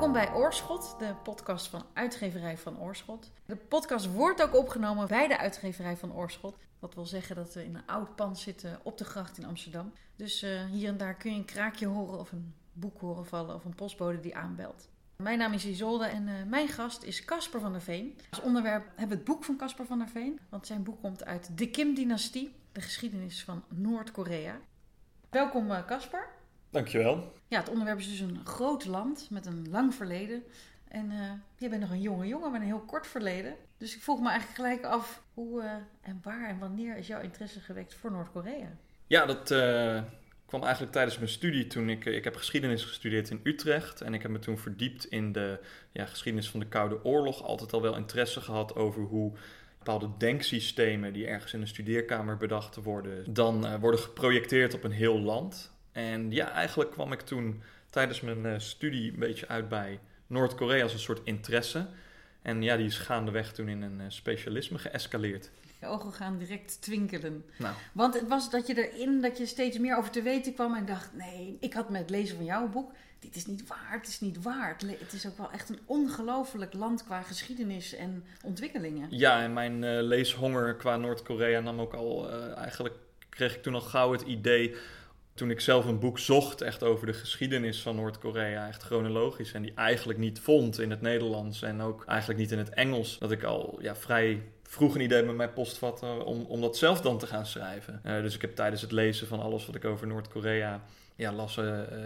Welkom bij Oorschot, de podcast van Uitgeverij van Oorschot. De podcast wordt ook opgenomen bij de Uitgeverij van Oorschot. Dat wil zeggen dat we in een oud pand zitten op de gracht in Amsterdam. Dus hier en daar kun je een kraakje horen of een boek horen vallen of een postbode die aanbelt. Mijn naam is Isolde en mijn gast is Caspar van der Veen. Als onderwerp hebben we het boek van Caspar van der Veen. Want zijn boek komt uit de Kim-dynastie, de geschiedenis van Noord-Korea. Welkom Caspar. Dankjewel. Ja, het onderwerp is dus een groot land met een lang verleden. En jij bent nog een jonge jongen met een heel kort verleden. Dus ik vroeg me eigenlijk gelijk af hoe en waar en wanneer is jouw interesse gewekt voor Noord-Korea? Ja, dat kwam eigenlijk tijdens mijn studie toen ik heb geschiedenis gestudeerd in Utrecht. En ik heb me toen verdiept in de geschiedenis van de Koude Oorlog. Altijd al wel interesse gehad over hoe bepaalde denksystemen die ergens in een studeerkamer bedacht worden, dan worden geprojecteerd op een heel land. En ja, eigenlijk kwam ik toen tijdens mijn studie een beetje uit bij Noord-Korea als een soort interesse. En ja, die is gaandeweg toen in een specialisme geëscaleerd. Je ogen gaan direct twinkelen. Nou. Want het was dat je steeds meer over te weten kwam en dacht, nee, ik had met het lezen van jouw boek, dit is niet waar, het is niet waar. Het is ook wel echt een ongelooflijk land qua geschiedenis en ontwikkelingen. Ja, en mijn leeshonger qua Noord-Korea nam ook al, eigenlijk kreeg ik toen al gauw het idee, toen ik zelf een boek zocht echt over de geschiedenis van Noord-Korea, echt chronologisch, en die eigenlijk niet vond in het Nederlands en ook eigenlijk niet in het Engels, dat ik al vrij vroeg een idee met mijn postvat om dat zelf dan te gaan schrijven. Dus ik heb tijdens het lezen van alles wat ik over Noord-Korea las,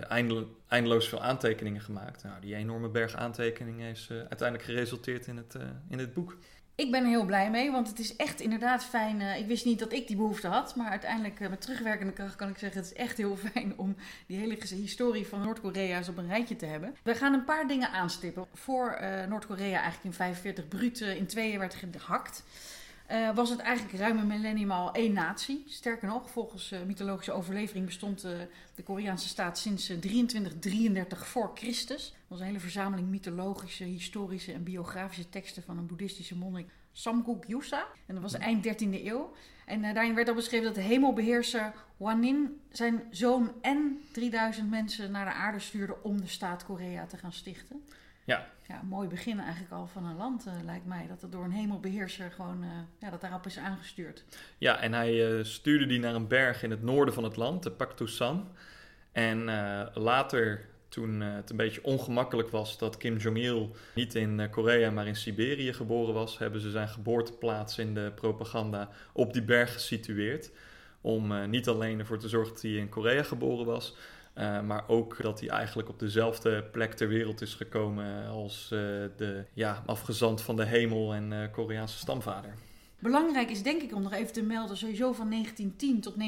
eindeloos veel aantekeningen gemaakt. Nou, die enorme berg aantekeningen is uiteindelijk geresulteerd in het boek. Ik ben er heel blij mee, want het is echt inderdaad fijn. Ik wist niet dat ik die behoefte had, maar uiteindelijk met terugwerkende kracht kan ik zeggen, het is echt heel fijn om die hele historie van Noord-Korea eens op een rijtje te hebben. We gaan een paar dingen aanstippen. Voor Noord-Korea eigenlijk in 1945 bruut in tweeën werd gehakt, was het eigenlijk ruim een millennium al één natie. Sterker nog, volgens mythologische overlevering bestond de Koreaanse staat sinds 2333 voor Christus. Dat was een hele verzameling mythologische, historische en biografische teksten van een boeddhistische monnik, Samguk Yusa. En dat was eind 13e eeuw. En daarin werd al beschreven dat de hemelbeheerser Hwanin zijn zoon en 3000 mensen naar de aarde stuurde om de staat Korea te gaan stichten. Ja. Ja, een mooi begin eigenlijk al van een land, lijkt mij. Dat het door een hemelbeheerser gewoon dat daarop is aangestuurd. Ja, en hij stuurde die naar een berg in het noorden van het land, de Paktosan. En later, toen het een beetje ongemakkelijk was dat Kim Jong-il niet in Korea, maar in Siberië geboren was, hebben ze zijn geboorteplaats in de propaganda op die berg gesitueerd. Om niet alleen ervoor te zorgen dat hij in Korea geboren was, maar ook dat hij eigenlijk op dezelfde plek ter wereld is gekomen als de afgezant van de hemel en Koreaanse stamvader. Belangrijk is denk ik om nog even te melden, sowieso van 1910 tot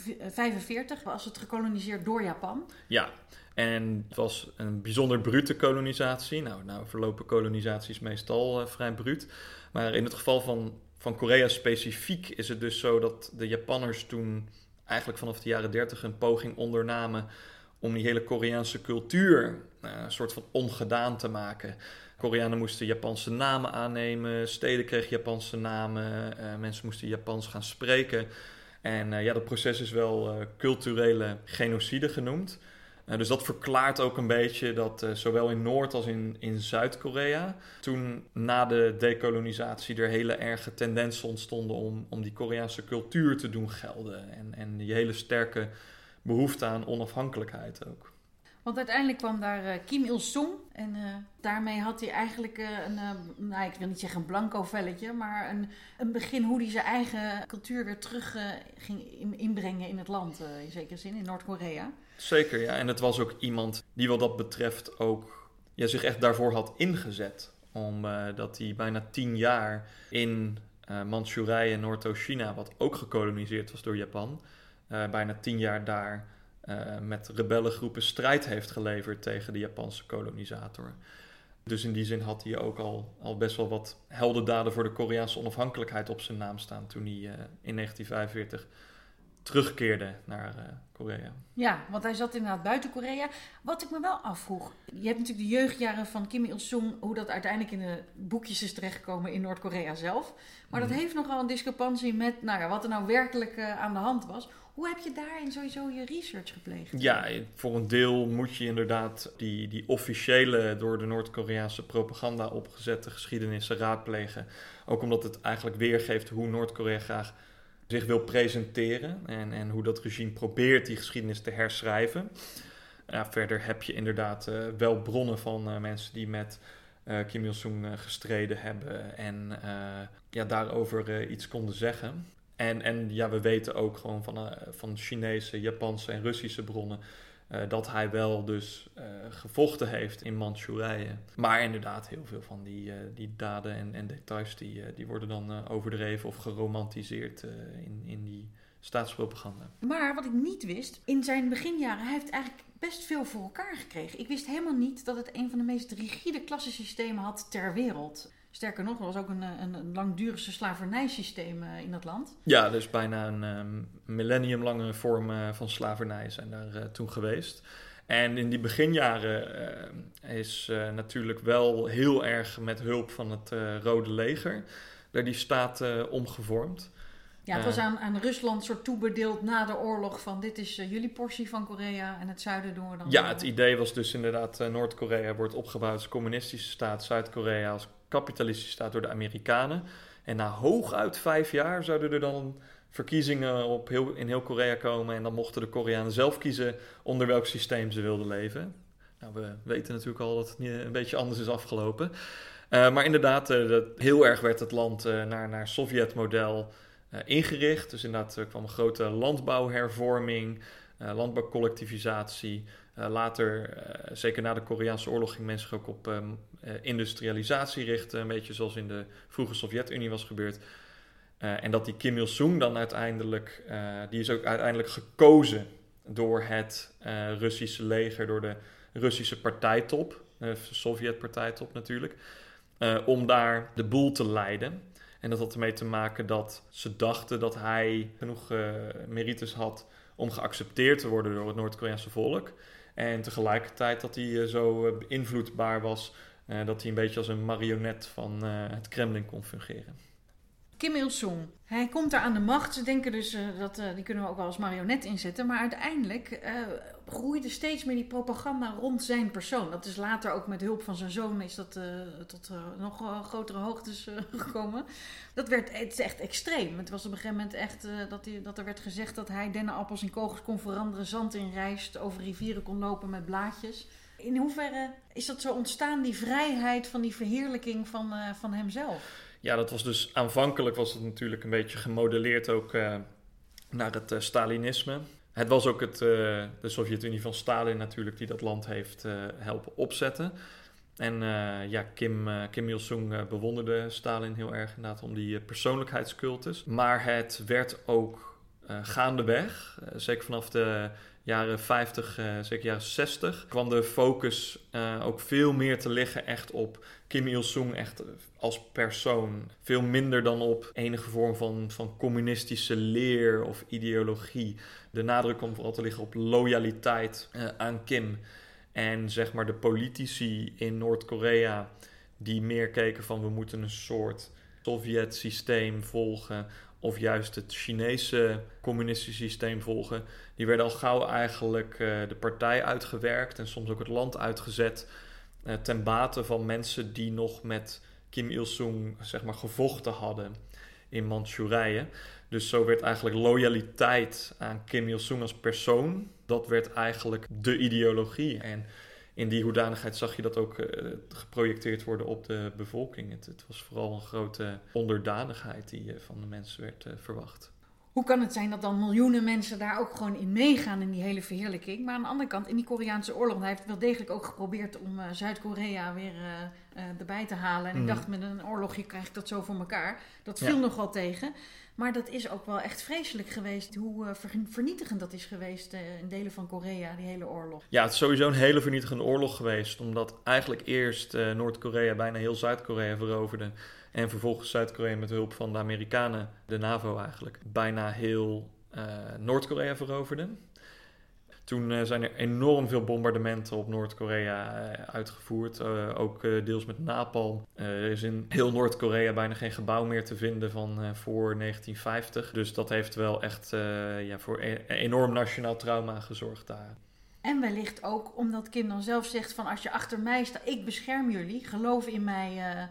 1945 was het gekoloniseerd door Japan. Ja, en het was een bijzonder brute kolonisatie. Nou verlopen kolonisaties meestal vrij bruut. Maar in het geval van Korea specifiek is het dus zo dat de Japanners toen eigenlijk vanaf de jaren 30 een poging ondernamen om die hele Koreaanse cultuur een soort van ongedaan te maken. Koreanen moesten Japanse namen aannemen, steden kregen Japanse namen, mensen moesten Japans gaan spreken. En dat proces is wel culturele genocide genoemd. Dus dat verklaart ook een beetje dat zowel in Noord- als in Zuid-Korea toen na de dekolonisatie er hele erge tendensen ontstonden om die Koreaanse cultuur te doen gelden. En die hele sterke behoefte aan onafhankelijkheid ook. Want uiteindelijk kwam daar Kim Il-sung en daarmee had hij eigenlijk ik wil niet zeggen een blanco velletje, maar een begin hoe hij zijn eigen cultuur weer terug ging inbrengen in het land, in zekere zin, in Noord-Korea. Zeker, ja. En het was ook iemand die wat dat betreft ook zich echt daarvoor had ingezet. Omdat hij bijna 10 jaar in Manchurije, Noordoost-China, wat ook gekoloniseerd was door Japan, bijna 10 jaar daar met rebellengroepen strijd heeft geleverd tegen de Japanse kolonisator. Dus in die zin had hij ook al best wel wat heldendaden voor de Koreaanse onafhankelijkheid op zijn naam staan toen hij in 1945 terugkeerde naar Korea. Ja, want hij zat inderdaad buiten Korea. Wat ik me wel afvroeg. Je hebt natuurlijk de jeugdjaren van Kim Il-sung, hoe dat uiteindelijk in de boekjes is terechtgekomen in Noord-Korea zelf. Maar dat heeft nogal een discrepantie met wat er nou werkelijk aan de hand was. Hoe heb je daarin sowieso je research gepleegd? Ja, voor een deel moet je inderdaad die officiële, door de Noord-Koreaanse propaganda opgezette geschiedenissen raadplegen. Ook omdat het eigenlijk weergeeft hoe Noord-Korea graag zich wil presenteren en hoe dat regime probeert die geschiedenis te herschrijven. Verder heb je inderdaad wel bronnen van mensen die met Kim Il-sung gestreden hebben en daarover iets konden zeggen. En we weten ook gewoon van Chinese, Japanse en Russische bronnen dat hij wel dus gevochten heeft in Manchurije. Maar inderdaad, heel veel van die daden en details die worden dan overdreven of geromantiseerd in die staatspropaganda. Maar wat ik niet wist, in zijn beginjaren, hij heeft eigenlijk best veel voor elkaar gekregen. Ik wist helemaal niet dat het een van de meest rigide klassensystemen had ter wereld. Sterker nog, er was ook een langdurige slavernijsysteem in dat land. Ja, dus bijna een millenniumlange vorm van slavernij zijn daar toen geweest. En in die beginjaren is natuurlijk wel heel erg met hulp van het Rode Leger daar die staat omgevormd. Ja, het was aan Rusland soort toebedeeld na de oorlog van dit is jullie portie van Korea en het zuiden doen we dan. Ja, het idee was dus inderdaad Noord-Korea wordt opgebouwd als communistische staat, Zuid-Korea als kapitalistische staat door de Amerikanen. En na hooguit 5 jaar zouden er dan verkiezingen in heel Korea komen en dan mochten de Koreanen zelf kiezen onder welk systeem ze wilden leven. Nou, we weten natuurlijk al dat het een beetje anders is afgelopen. Maar inderdaad, heel erg werd het land naar Sovjet-model ingericht. Dus inderdaad kwam een grote landbouwhervorming, landbouwcollectivisatie. Later, zeker na de Koreaanse oorlog, ging men zich ook op industrialisatie richten. Een beetje zoals in de vroege Sovjet-Unie was gebeurd. En dat die Kim Il-sung dan uiteindelijk, die is ook uiteindelijk gekozen door het Russische leger, door de Russische partijtop, Sovjet-partijtop natuurlijk, om daar de boel te leiden. En dat had ermee te maken dat ze dachten dat hij genoeg merites had om geaccepteerd te worden door het Noord-Koreaanse volk. En tegelijkertijd dat hij zo beïnvloedbaar was dat hij een beetje als een marionet van het Kremlin kon fungeren. Kim Il-sung, hij komt daar aan de macht. Ze denken dus die kunnen we ook wel als marionet inzetten. Maar uiteindelijk groeide steeds meer die propaganda rond zijn persoon. Dat is later ook met hulp van zijn zoon is dat tot nog grotere hoogtes gekomen. Het is echt extreem. Het was op een gegeven moment echt dat er werd gezegd dat hij dennenappels in kogels kon veranderen, zand in rijst, over rivieren kon lopen met blaadjes. In hoeverre is dat zo ontstaan, die vrijheid van die verheerlijking van hemzelf? Ja, dat was dus aanvankelijk was het natuurlijk een beetje gemodelleerd ook naar het Stalinisme. Het was ook de Sovjet-Unie van Stalin natuurlijk die dat land heeft helpen opzetten. En Kim Il-sung bewonderde Stalin heel erg inderdaad om die persoonlijkheidscultus. Maar het werd ook gaandeweg, zeker vanaf de jaren 50, zeker jaren 60, kwam de focus ook veel meer te liggen echt op Kim Il-sung echt als persoon. Veel minder dan op enige vorm van communistische leer of ideologie. De nadruk kwam vooral te liggen op loyaliteit aan Kim. En zeg maar de politici in Noord-Korea die meer keken van we moeten een soort Sovjet-systeem volgen of juist het Chinese communistische systeem volgen, die werden al gauw eigenlijk de partij uitgewerkt en soms ook het land uitgezet ten bate van mensen die nog met Kim Il-sung zeg maar gevochten hadden in Manchurije. Dus zo werd eigenlijk loyaliteit aan Kim Il-sung als persoon, dat werd eigenlijk de ideologie. En in die hoedanigheid zag je dat ook geprojecteerd worden op de bevolking. Het was vooral een grote onderdanigheid die van de mensen werd verwacht. Hoe kan het zijn dat dan miljoenen mensen daar ook gewoon in meegaan in die hele verheerlijking? Maar aan de andere kant, in die Koreaanse oorlog, hij heeft wel degelijk ook geprobeerd om Zuid-Korea weer erbij te halen. En ik dacht, met een oorlogje krijg ik dat zo voor elkaar. Dat viel nogal tegen. Maar dat is ook wel echt vreselijk geweest, hoe vernietigend dat is geweest in delen van Korea, die hele oorlog. Ja, het is sowieso een hele vernietigende oorlog geweest, omdat eigenlijk eerst Noord-Korea bijna heel Zuid-Korea veroverde. En vervolgens Zuid-Korea met hulp van de Amerikanen, de NAVO eigenlijk, bijna heel Noord-Korea veroverde. Toen zijn er enorm veel bombardementen op Noord-Korea uitgevoerd. Ook deels met napalm. Er is in heel Noord-Korea bijna geen gebouw meer te vinden van voor 1950. Dus dat heeft wel echt voor een enorm nationaal trauma gezorgd daar. En wellicht ook omdat Kim dan zelf zegt van als je achter mij staat, ik bescherm jullie, geloof in mij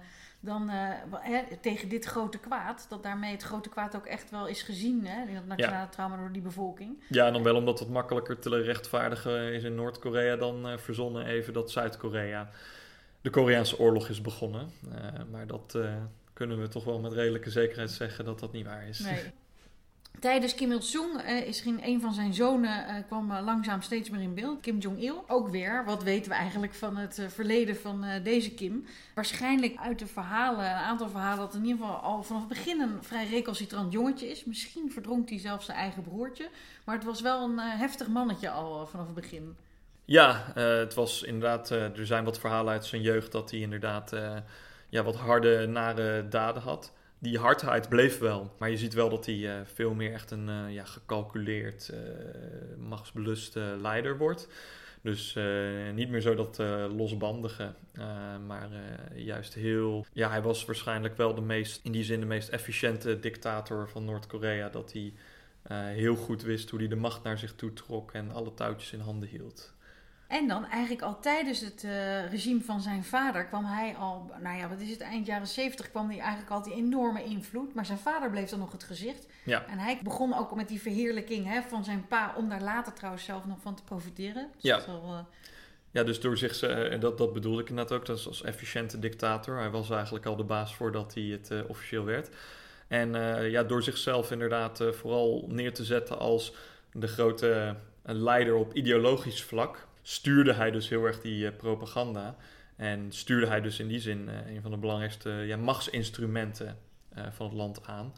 tegen dit grote kwaad. Dat daarmee het grote kwaad ook echt wel is gezien, in dat nationale trauma door die bevolking. Ja, en dan wel omdat het makkelijker te rechtvaardigen is in Noord-Korea dan verzonnen even dat Zuid-Korea de Koreaanse oorlog is begonnen. Maar dat kunnen we toch wel met redelijke zekerheid zeggen dat dat niet waar is. Nee. Tijdens Kim Il-sung ging een van zijn zonen kwam langzaam steeds meer in beeld. Kim Jong-il. Ook weer, wat weten we eigenlijk van het verleden van deze Kim? Waarschijnlijk uit de verhalen, een aantal verhalen, dat in ieder geval al vanaf het begin een vrij recalcitrant jongetje is. Misschien verdronk hij zelfs zijn eigen broertje. Maar het was wel een heftig mannetje al vanaf het begin. Ja, het was inderdaad, er zijn wat verhalen uit zijn jeugd dat hij inderdaad wat harde, nare daden had. Die hardheid bleef wel, maar je ziet wel dat hij veel meer echt een gecalculeerd, machtsbelust leider wordt. Dus niet meer zo dat losbandige, maar juist heel... Ja, hij was waarschijnlijk wel de meest efficiënte dictator van Noord-Korea. Dat hij heel goed wist hoe hij de macht naar zich toe trok en alle touwtjes in handen hield. En dan eigenlijk al tijdens het regime van zijn vader kwam hij al, eind jaren 70 kwam hij eigenlijk al die enorme invloed. Maar zijn vader bleef dan nog het gezicht. Ja. En hij begon ook met die verheerlijking van zijn pa, om daar later trouwens zelf nog van te profiteren. Dus ja. Ja, dus door zich, dat bedoelde ik inderdaad ook, dat als efficiënte dictator. Hij was eigenlijk al de baas voordat hij het officieel werd. En door zichzelf inderdaad vooral neer te zetten als de grote leider op ideologisch vlak, stuurde hij dus heel erg die propaganda. En stuurde hij dus in die zin een van de belangrijkste machtsinstrumenten van het land aan.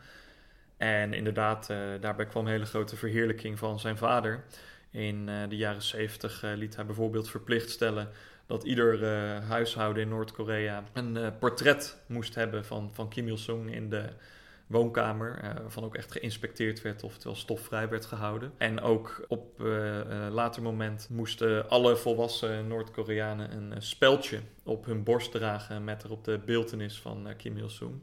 En inderdaad, daarbij kwam een hele grote verheerlijking van zijn vader. In de jaren 70 liet hij bijvoorbeeld verplicht stellen dat ieder huishouden in Noord-Korea een portret moest hebben van Kim Il-sung in de woonkamer, waarvan ook echt geïnspecteerd werd of het wel stofvrij werd gehouden. En ook op later moment moesten alle volwassen Noord-Koreanen een speldje op hun borst dragen met erop de beeltenis van Kim Il-sung.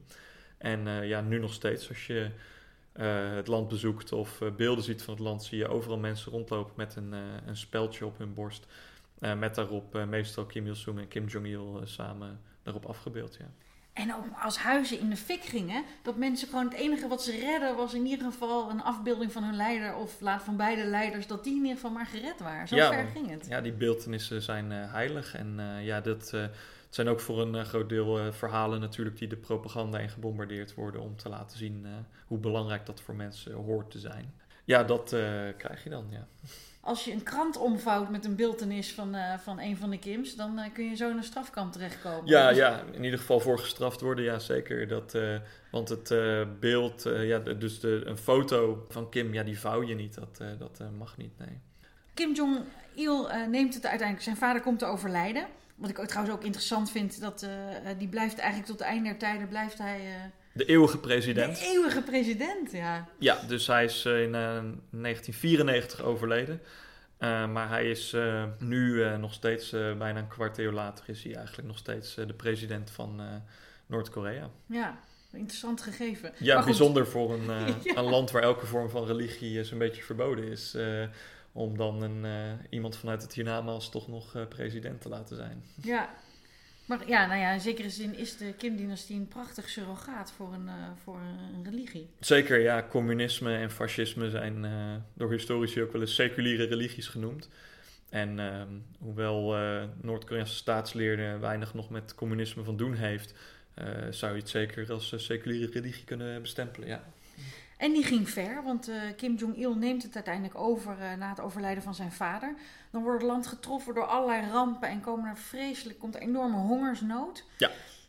En nu nog steeds, als je het land bezoekt of beelden ziet van het land, zie je overal mensen rondlopen met een speldje op hun borst. Met daarop meestal Kim Il-sung en Kim Jong-il samen daarop afgebeeld, ja. En ook als huizen in de fik gingen, dat mensen gewoon het enige wat ze redden was in ieder geval een afbeelding van hun leider of van beide leiders, dat die in ieder geval maar gered waren. Zo ver ging het. Ja, die beeltenissen zijn heilig en het zijn ook voor een groot deel verhalen natuurlijk die de propaganda in gebombardeerd worden om te laten zien hoe belangrijk dat voor mensen hoort te zijn. Ja, dat krijg je dan, ja. Als je een krant omvouwt met een beeltenis van een van de Kims, dan kun je zo in een strafkamp terechtkomen. Ja, in ieder geval voor gestraft worden, ja zeker. Want het beeld, een foto van Kim, die vouw je niet. Dat mag niet, nee. Kim Jong-il neemt het uiteindelijk, zijn vader komt te overlijden. Wat ik ook trouwens ook interessant vind, dat die blijft eigenlijk tot het einde der tijden, blijft hij... De eeuwige president. De eeuwige president, ja. Ja, dus hij is in 1994 overleden. Maar hij is nu nog steeds, bijna een kwart eeuw later, is hij eigenlijk nog steeds de president van Noord-Korea. Ja, interessant gegeven. Ja, bijzonder voor een land waar elke vorm van religie zo'n beetje verboden is. Om dan iemand vanuit het hiernamaals toch nog president te laten zijn. Ja. Maar in zekere zin is de Kim-dynastie een prachtig surrogaat voor een religie. Zeker, ja. Communisme en fascisme zijn door historici ook wel eens seculiere religies genoemd. En hoewel Noord-Koreaanse staatsleer weinig nog met communisme van doen heeft, zou je het zeker als seculiere religie kunnen bestempelen, ja. En die ging ver, want Kim Jong-il neemt het uiteindelijk over na het overlijden van zijn vader. Dan wordt het land getroffen door allerlei rampen en komt er enorme hongersnood. Ja.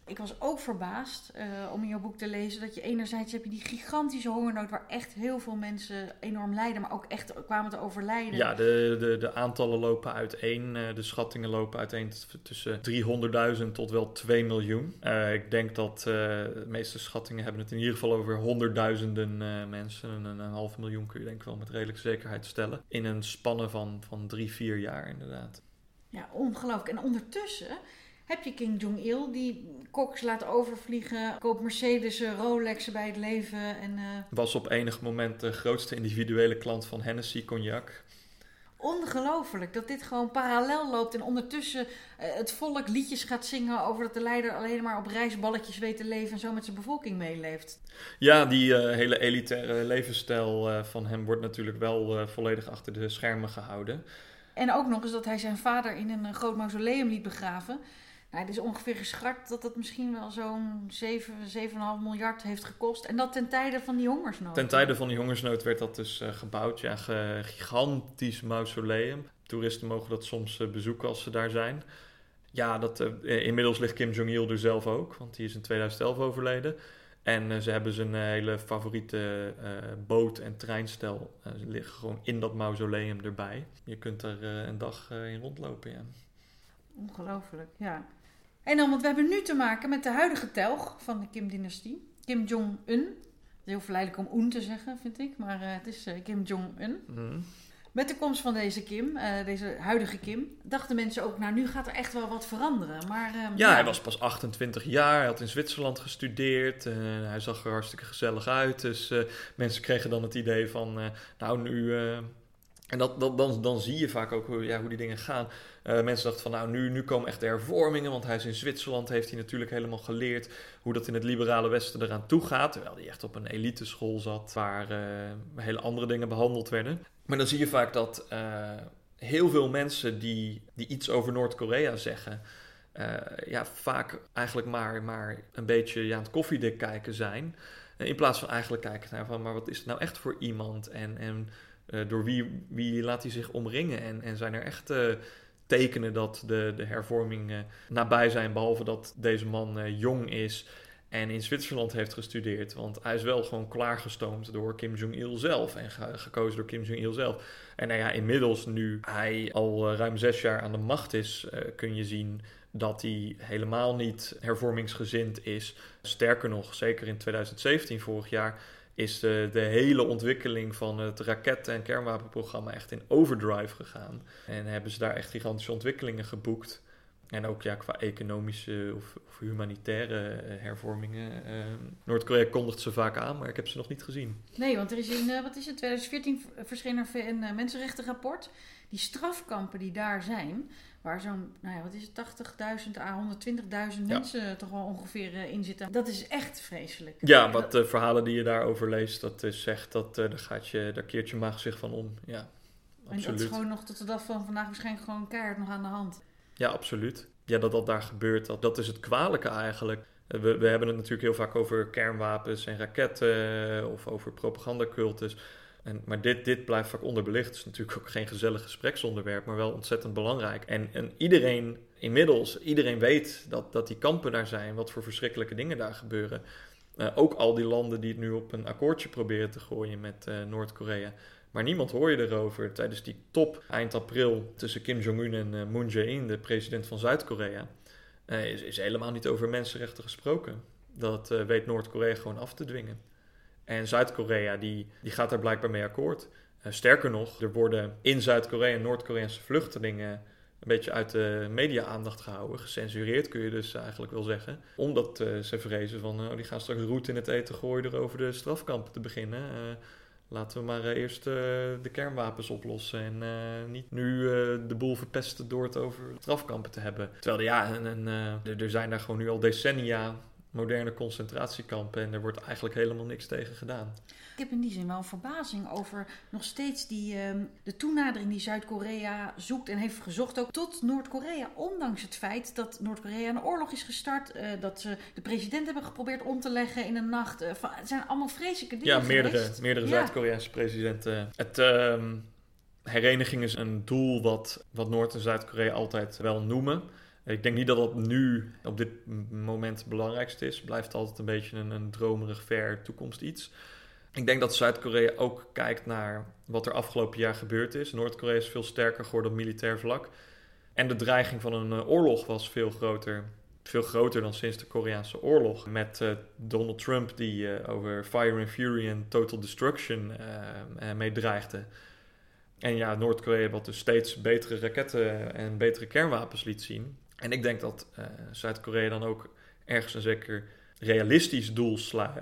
Ik was ook verbaasd om in jouw boek te lezen dat je enerzijds heb je die gigantische hongernood waar echt heel veel mensen enorm lijden, maar ook echt kwamen te overlijden. Ja, de aantallen lopen uiteen. De schattingen lopen uiteen tussen 300.000 tot wel 2 miljoen. Ik denk dat de meeste schattingen hebben het in ieder geval over honderdduizenden mensen. Een 500.000 kun je denk ik wel met redelijke zekerheid stellen. In een spanne van 3-4 jaar inderdaad. Ja, ongelooflijk. En ondertussen heb je Kim Jong-il die koks laat overvliegen, koopt Mercedes, Rolexen bij het leven. En was op enig moment de grootste individuele klant van Hennessy Cognac. Ongelooflijk dat dit gewoon parallel loopt en ondertussen het volk liedjes gaat zingen over dat de leider alleen maar op rijstballetjes weet te leven en zo met zijn bevolking meeleeft. Ja, die hele elitaire levensstijl van hem wordt natuurlijk wel volledig achter de schermen gehouden. En ook nog eens dat hij zijn vader in een groot mausoleum liet begraven. Nou, het is ongeveer geschat dat dat misschien wel zo'n 7,5 miljard heeft gekost. En dat ten tijde van die hongersnood. Ten tijde van die hongersnood werd dat dus gebouwd. Ja, gigantisch mausoleum. Toeristen mogen dat soms bezoeken als ze daar zijn. Ja, inmiddels ligt Kim Jong-il er zelf ook, want die is in 2011 overleden. En ze hebben zijn hele favoriete boot- en treinstel. Ze liggen gewoon in dat mausoleum erbij. Je kunt er een dag in rondlopen, ja. Ongelooflijk, ja. En dan, want we hebben nu te maken met de huidige telg van de Kim-dynastie. Kim Jong-un. Het is heel verleidelijk om Un te zeggen, vind ik. Maar het is Kim Jong-un. Mm. Met de komst van deze Kim, deze huidige Kim, dachten mensen ook, nou nu gaat er echt wel wat veranderen. Maar, hij was pas 28 jaar, hij had in Zwitserland gestudeerd, hij zag er hartstikke gezellig uit. Dus mensen kregen dan het idee van, nou nu... En dan zie je vaak ook hoe die dingen gaan. Mensen dachten van, nou nu komen echt de hervormingen, want hij is in Zwitserland, heeft hij natuurlijk helemaal geleerd hoe dat in het liberale Westen eraan toe gaat. Terwijl hij echt op een eliteschool zat, waar hele andere dingen behandeld werden. Maar dan zie je vaak dat heel veel mensen die iets over Noord-Korea zeggen, vaak eigenlijk maar een beetje aan het koffiedik kijken zijn. In plaats van eigenlijk kijken naar van, maar wat is het nou echt voor iemand? En door wie laat hij zich omringen? En zijn er echt tekenen dat de hervorming nabij zijn, behalve dat deze man jong is en in Zwitserland heeft gestudeerd. Want hij is wel gewoon klaargestoomd door Kim Jong-il zelf en gekozen door Kim Jong-il zelf. En inmiddels nu hij al ruim 6 jaar aan de macht is, kun je zien dat hij helemaal niet hervormingsgezind is. Sterker nog, zeker in 2017, vorig jaar, is de hele ontwikkeling van het raketten- en kernwapenprogramma echt in overdrive gegaan. En hebben ze daar echt gigantische ontwikkelingen geboekt. En ook qua economische of humanitaire hervormingen. Noord-Korea kondigt ze vaak aan, maar ik heb ze nog niet gezien. Nee, want er is in 2014 verscheen er een mensenrechtenrapport. Die strafkampen die daar zijn, waar zo'n 80.000 à 120.000 mensen toch wel ongeveer in zitten. Dat is echt vreselijk. Ja, wat de verhalen die je daarover leest, dat is echt, daar keert je maag zich van om. Ja, absoluut. En dat is gewoon nog tot de dag van vandaag waarschijnlijk gewoon keihard nog aan de hand. Ja, absoluut. Ja, dat daar gebeurt, dat is het kwalijke eigenlijk. We hebben het natuurlijk heel vaak over kernwapens en raketten of over propagandacultus. Maar dit blijft vaak onderbelicht. Het is natuurlijk ook geen gezellig gespreksonderwerp, maar wel ontzettend belangrijk. En iedereen weet dat die kampen daar zijn, wat voor verschrikkelijke dingen daar gebeuren. Ook al die landen die het nu op een akkoordje proberen te gooien met Noord-Korea. Maar niemand hoor je erover. Tijdens die top eind april tussen Kim Jong-un en Moon Jae-in, de president van Zuid-Korea, is helemaal niet over mensenrechten gesproken. Dat weet Noord-Korea gewoon af te dwingen. En Zuid-Korea die gaat daar blijkbaar mee akkoord. Sterker nog, er worden in Zuid-Korea Noord-Koreaanse vluchtelingen een beetje uit de media-aandacht gehouden. Gecensureerd kun je dus eigenlijk wel zeggen. Omdat ze vrezen van, die gaan straks roet in het eten gooien door over de strafkampen te beginnen. Laten we maar eerst de kernwapens oplossen en niet nu de boel verpesten door het over strafkampen te hebben. Terwijl er zijn daar gewoon nu al decennia moderne concentratiekampen en er wordt eigenlijk helemaal niks tegen gedaan. Ik heb in die zin wel een verbazing over nog steeds de toenadering die Zuid-Korea zoekt en heeft gezocht ook tot Noord-Korea. Ondanks het feit dat Noord-Korea een oorlog is gestart, dat ze de president hebben geprobeerd om te leggen in een nacht. Het zijn allemaal vreselijke dingen geweest. Meerdere Zuid-Koreaanse presidenten. Hereniging is een doel wat Noord- en Zuid-Korea altijd wel noemen. Ik denk niet dat dat nu op dit moment het belangrijkste is. Het blijft altijd een beetje een dromerig ver toekomst iets. Ik denk dat Zuid-Korea ook kijkt naar wat er afgelopen jaar gebeurd is. Noord-Korea is veel sterker geworden op militair vlak. En de dreiging van een oorlog was veel groter. Veel groter dan sinds de Koreaanse oorlog. Met Donald Trump die over fire and fury en total destruction mee dreigde. En ja, Noord-Korea wat dus steeds betere raketten en betere kernwapens liet zien. En ik denk dat Zuid-Korea dan ook ergens een zeker realistisch doel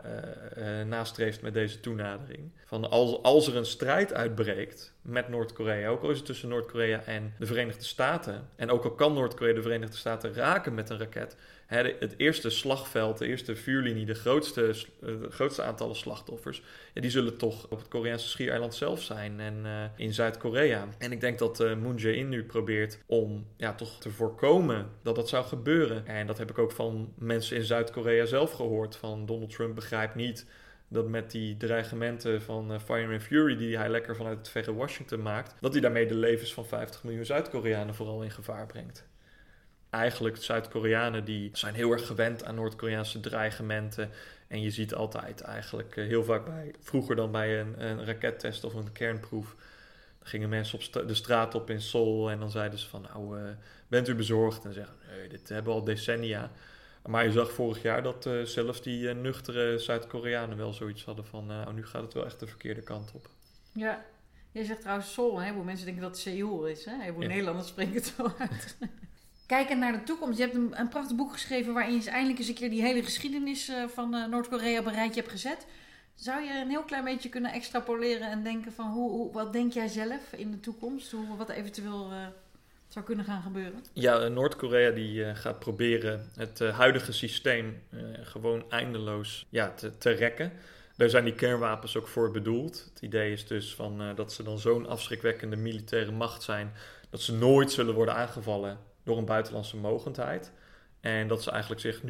nastreeft met deze toenadering. Van als er een strijd uitbreekt met Noord-Korea, ook al is het tussen Noord-Korea en de Verenigde Staten, en ook al kan Noord-Korea de Verenigde Staten raken met een raket, het eerste slagveld, de eerste vuurlinie, de grootste aantallen slachtoffers, die zullen toch op het Koreaanse schiereiland zelf zijn en in Zuid-Korea. En ik denk dat Moon Jae-in nu probeert om toch te voorkomen dat dat zou gebeuren. En dat heb ik ook van mensen in Zuid-Korea zelf gehoord. Van Donald Trump begrijpt niet dat met die dreigementen van Fire and Fury die hij lekker vanuit het verre Washington maakt, dat hij daarmee de levens van 50 miljoen Zuid-Koreanen vooral in gevaar brengt. Eigenlijk, Zuid-Koreanen die zijn heel erg gewend aan Noord-Koreaanse dreigementen. En je ziet altijd eigenlijk heel vaak vroeger dan bij een rakettest of een kernproef, dan gingen mensen op de straat op in Seoul en dan zeiden ze van bent u bezorgd? En zeggen nee, dit hebben we al decennia. Maar je zag vorig jaar dat zelfs die nuchtere Zuid-Koreanen wel zoiets hadden van nu gaat het wel echt de verkeerde kant op. Ja, je zegt trouwens Seoul, hè? Hoe mensen denken dat het Seoul is. Hè? Hoe Nederlanders spreken het zo uit. Kijken naar de toekomst. Je hebt een prachtig boek geschreven waarin je eindelijk eens een keer die hele geschiedenis van Noord-Korea op een rijtje hebt gezet. Zou je een heel klein beetje kunnen extrapoleren en denken van wat denk jij zelf in de toekomst? Wat eventueel zou kunnen gaan gebeuren? Ja, Noord-Korea die gaat proberen het huidige systeem gewoon eindeloos te rekken. Daar zijn die kernwapens ook voor bedoeld. Het idee is dus dat ze dan zo'n afschrikwekkende militaire macht zijn dat ze nooit zullen worden aangevallen door een buitenlandse mogendheid. En dat ze eigenlijk zich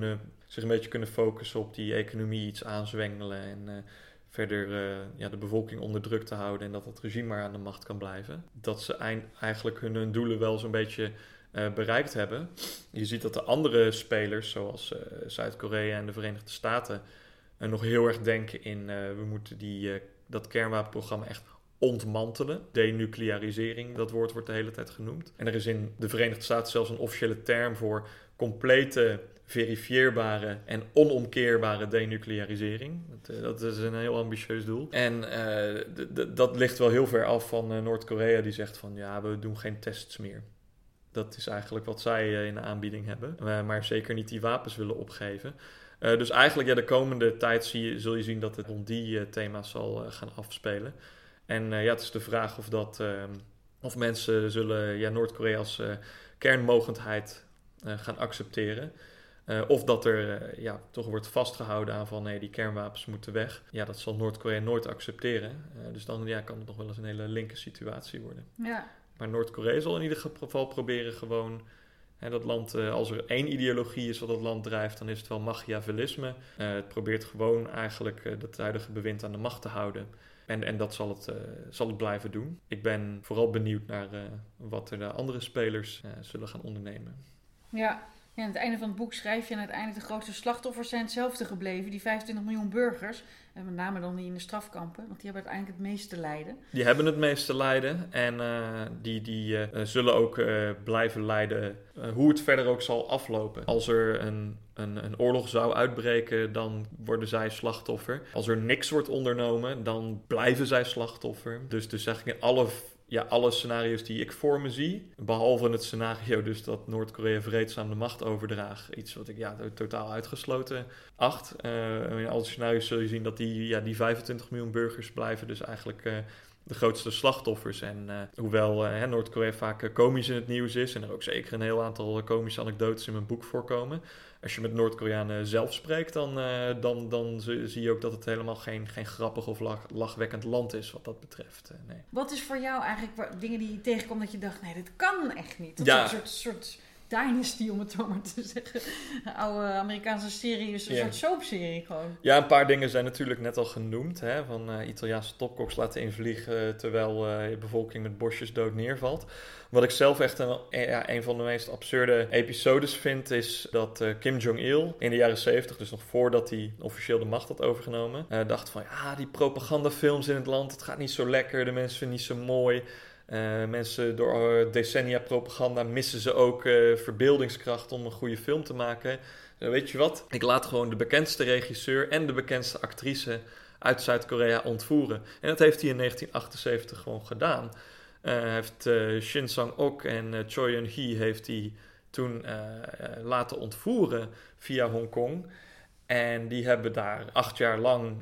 een beetje kunnen focussen op die economie iets aanzwengelen en verder de bevolking onder druk te houden en dat het regime maar aan de macht kan blijven. Dat ze eigenlijk hun doelen wel zo'n beetje bereikt hebben. Je ziet dat de andere spelers, zoals Zuid-Korea en de Verenigde Staten, nog heel erg denken in we moeten dat kernwapenprogramma echt ontmantelen. Denuclearisering, dat woord wordt de hele tijd genoemd. En er is in de Verenigde Staten zelfs een officiële term voor complete, verifieerbare en onomkeerbare denuclearisering. Dat is een heel ambitieus doel. En dat ligt wel heel ver af van Noord-Korea die zegt van we doen geen tests meer. Dat is eigenlijk wat zij in de aanbieding hebben. Maar zeker niet die wapens willen opgeven. Dus eigenlijk de komende tijd zul je zien dat het rond die thema's zal gaan afspelen. En het is de vraag of mensen zullen Noord-Korea als kernmogendheid gaan accepteren. Of dat er toch wordt vastgehouden aan van nee, die kernwapens moeten weg. Ja, dat zal Noord-Korea nooit accepteren. Dus dan kan het nog wel eens een hele linker situatie worden. Ja. Maar Noord-Korea zal in ieder geval proberen gewoon dat land, als er één ideologie is wat het land drijft, dan is het wel machiavellisme. Het probeert gewoon eigenlijk het huidige bewind aan de macht te houden. En dat zal het blijven doen. Ik ben vooral benieuwd naar wat er de andere spelers zullen gaan ondernemen. Ja, aan het einde van het boek schrijf je en uiteindelijk de grootste slachtoffers zijn hetzelfde gebleven. Die 25 miljoen burgers. En met name dan die in de strafkampen. Want die hebben uiteindelijk het meeste lijden. Die hebben het meeste lijden. En die zullen ook blijven lijden. Hoe het verder ook zal aflopen. Als er een oorlog zou uitbreken, dan worden zij slachtoffer. Als er niks wordt ondernomen, dan blijven zij slachtoffer. Dus eigenlijk alle scenario's die ik voor me zie, behalve het scenario dus dat Noord-Korea vreedzaam de macht overdraagt, iets wat ik totaal uitgesloten acht. In alle scenario's zul je zien dat die 25 miljoen burgers blijven dus eigenlijk de grootste slachtoffers. En hoewel Noord-Korea vaak komisch in het nieuws is en er ook zeker een heel aantal komische anekdotes in mijn boek voorkomen, als je met Noord-Koreanen zelf spreekt, dan zie je ook dat het helemaal geen grappig of lachwekkend land is wat dat betreft. Nee. Wat is voor jou eigenlijk dingen die je tegenkomt dat je dacht, nee, dit kan echt niet? Dat is een soort Dynasty, om het zo maar te zeggen. Een oude Amerikaanse serie, dus een soort soapserie gewoon. Ja, een paar dingen zijn natuurlijk net al genoemd. Hè, van Italiaanse topkoks laten invliegen terwijl je bevolking met bosjes dood neervalt. Wat ik zelf echt een van de meest absurde episodes vind, is dat Kim Jong-il in de jaren 70, dus nog voordat hij officieel de macht had overgenomen, dacht van die propagandafilms in het land, het gaat niet zo lekker, de mensen vinden het niet zo mooi. Mensen door decennia propaganda missen ze ook verbeeldingskracht om een goede film te maken. Weet je wat? Ik laat gewoon de bekendste regisseur en de bekendste actrice uit Zuid-Korea ontvoeren. En dat heeft hij in 1978 gewoon gedaan. Heeft Shin Sang-ok en Choi Eun-hee heeft hij toen laten ontvoeren via Hongkong. En die hebben daar 8 jaar lang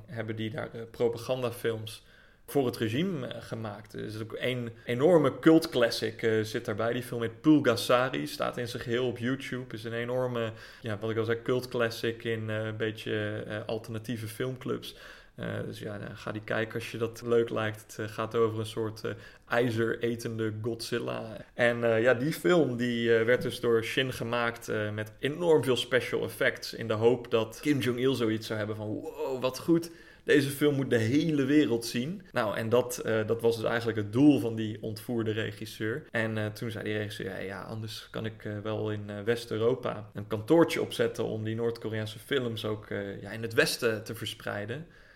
propagandafilms voor het regime gemaakt. Er is ook een enorme cult classic zit daarbij. Die film heet Pulgasari, staat in zijn geheel op YouTube. Is een enorme, wat ik al zei, cult classic in een beetje alternatieve filmclubs. Dus ga die kijken als je dat leuk lijkt. Het gaat over een soort ijzeretende Godzilla. En die film die werd dus door Shin gemaakt met enorm veel special effects. In de hoop dat Kim Jong-il zoiets zou hebben van wow, wat goed. Deze film moet de hele wereld zien. Nou, en dat was dus eigenlijk het doel van die ontvoerde regisseur. En toen zei die regisseur, anders kan ik wel in West-Europa een kantoortje opzetten om die Noord-Koreaanse films ook in het Westen te verspreiden.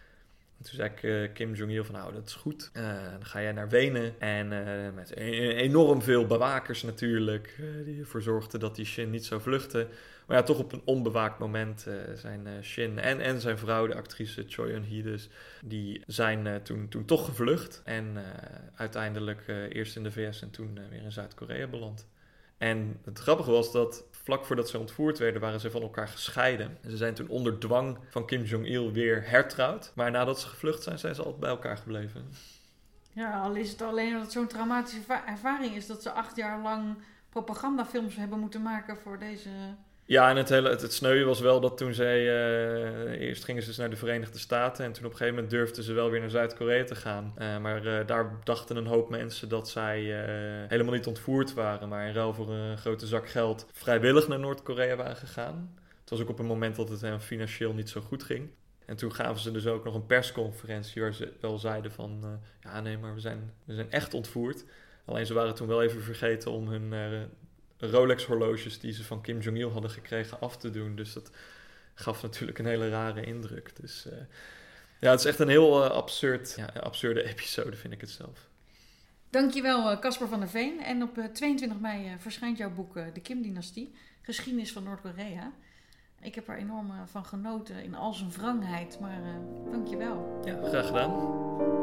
En toen zei Kim Jong-il van, nou, dat is goed. Dan ga jij naar Wenen. En met enorm veel bewakers natuurlijk, die ervoor zorgden dat die Shin niet zou vluchten. Maar toch op een onbewaakt moment zijn Shin en zijn vrouw, de actrice Choi Eun-hee dus, die zijn toen toch gevlucht. En uiteindelijk eerst in de VS en toen weer in Zuid-Korea beland. En het grappige was dat vlak voordat ze ontvoerd werden, waren ze van elkaar gescheiden. En ze zijn toen onder dwang van Kim Jong-il weer hertrouwd. Maar nadat ze gevlucht zijn ze altijd bij elkaar gebleven. Ja, al is het alleen dat het zo'n traumatische ervaring is dat ze 8 jaar lang propagandafilms hebben moeten maken voor deze... Ja, en het sneuwe was wel dat toen zij... eerst gingen ze dus naar de Verenigde Staten en toen op een gegeven moment durfden ze wel weer naar Zuid-Korea te gaan. Maar daar dachten een hoop mensen dat zij helemaal niet ontvoerd waren, maar in ruil voor een grote zak geld vrijwillig naar Noord-Korea waren gegaan. Het was ook op een moment dat het hen financieel niet zo goed ging. En toen gaven ze dus ook nog een persconferentie waar ze wel zeiden van... nee, maar we zijn echt ontvoerd. Alleen ze waren toen wel even vergeten om hun... Rolex-horloges die ze van Kim Jong-il hadden gekregen af te doen. Dus dat gaf natuurlijk een hele rare indruk. Dus het is echt een heel absurde episode, vind ik het zelf. Dankjewel, Casper van der Veen. En op 22 mei verschijnt jouw boek De Kim-dynastie, geschiedenis van Noord-Korea. Ik heb er enorm van genoten in al zijn wrangheid, maar dankjewel. Ja, graag gedaan.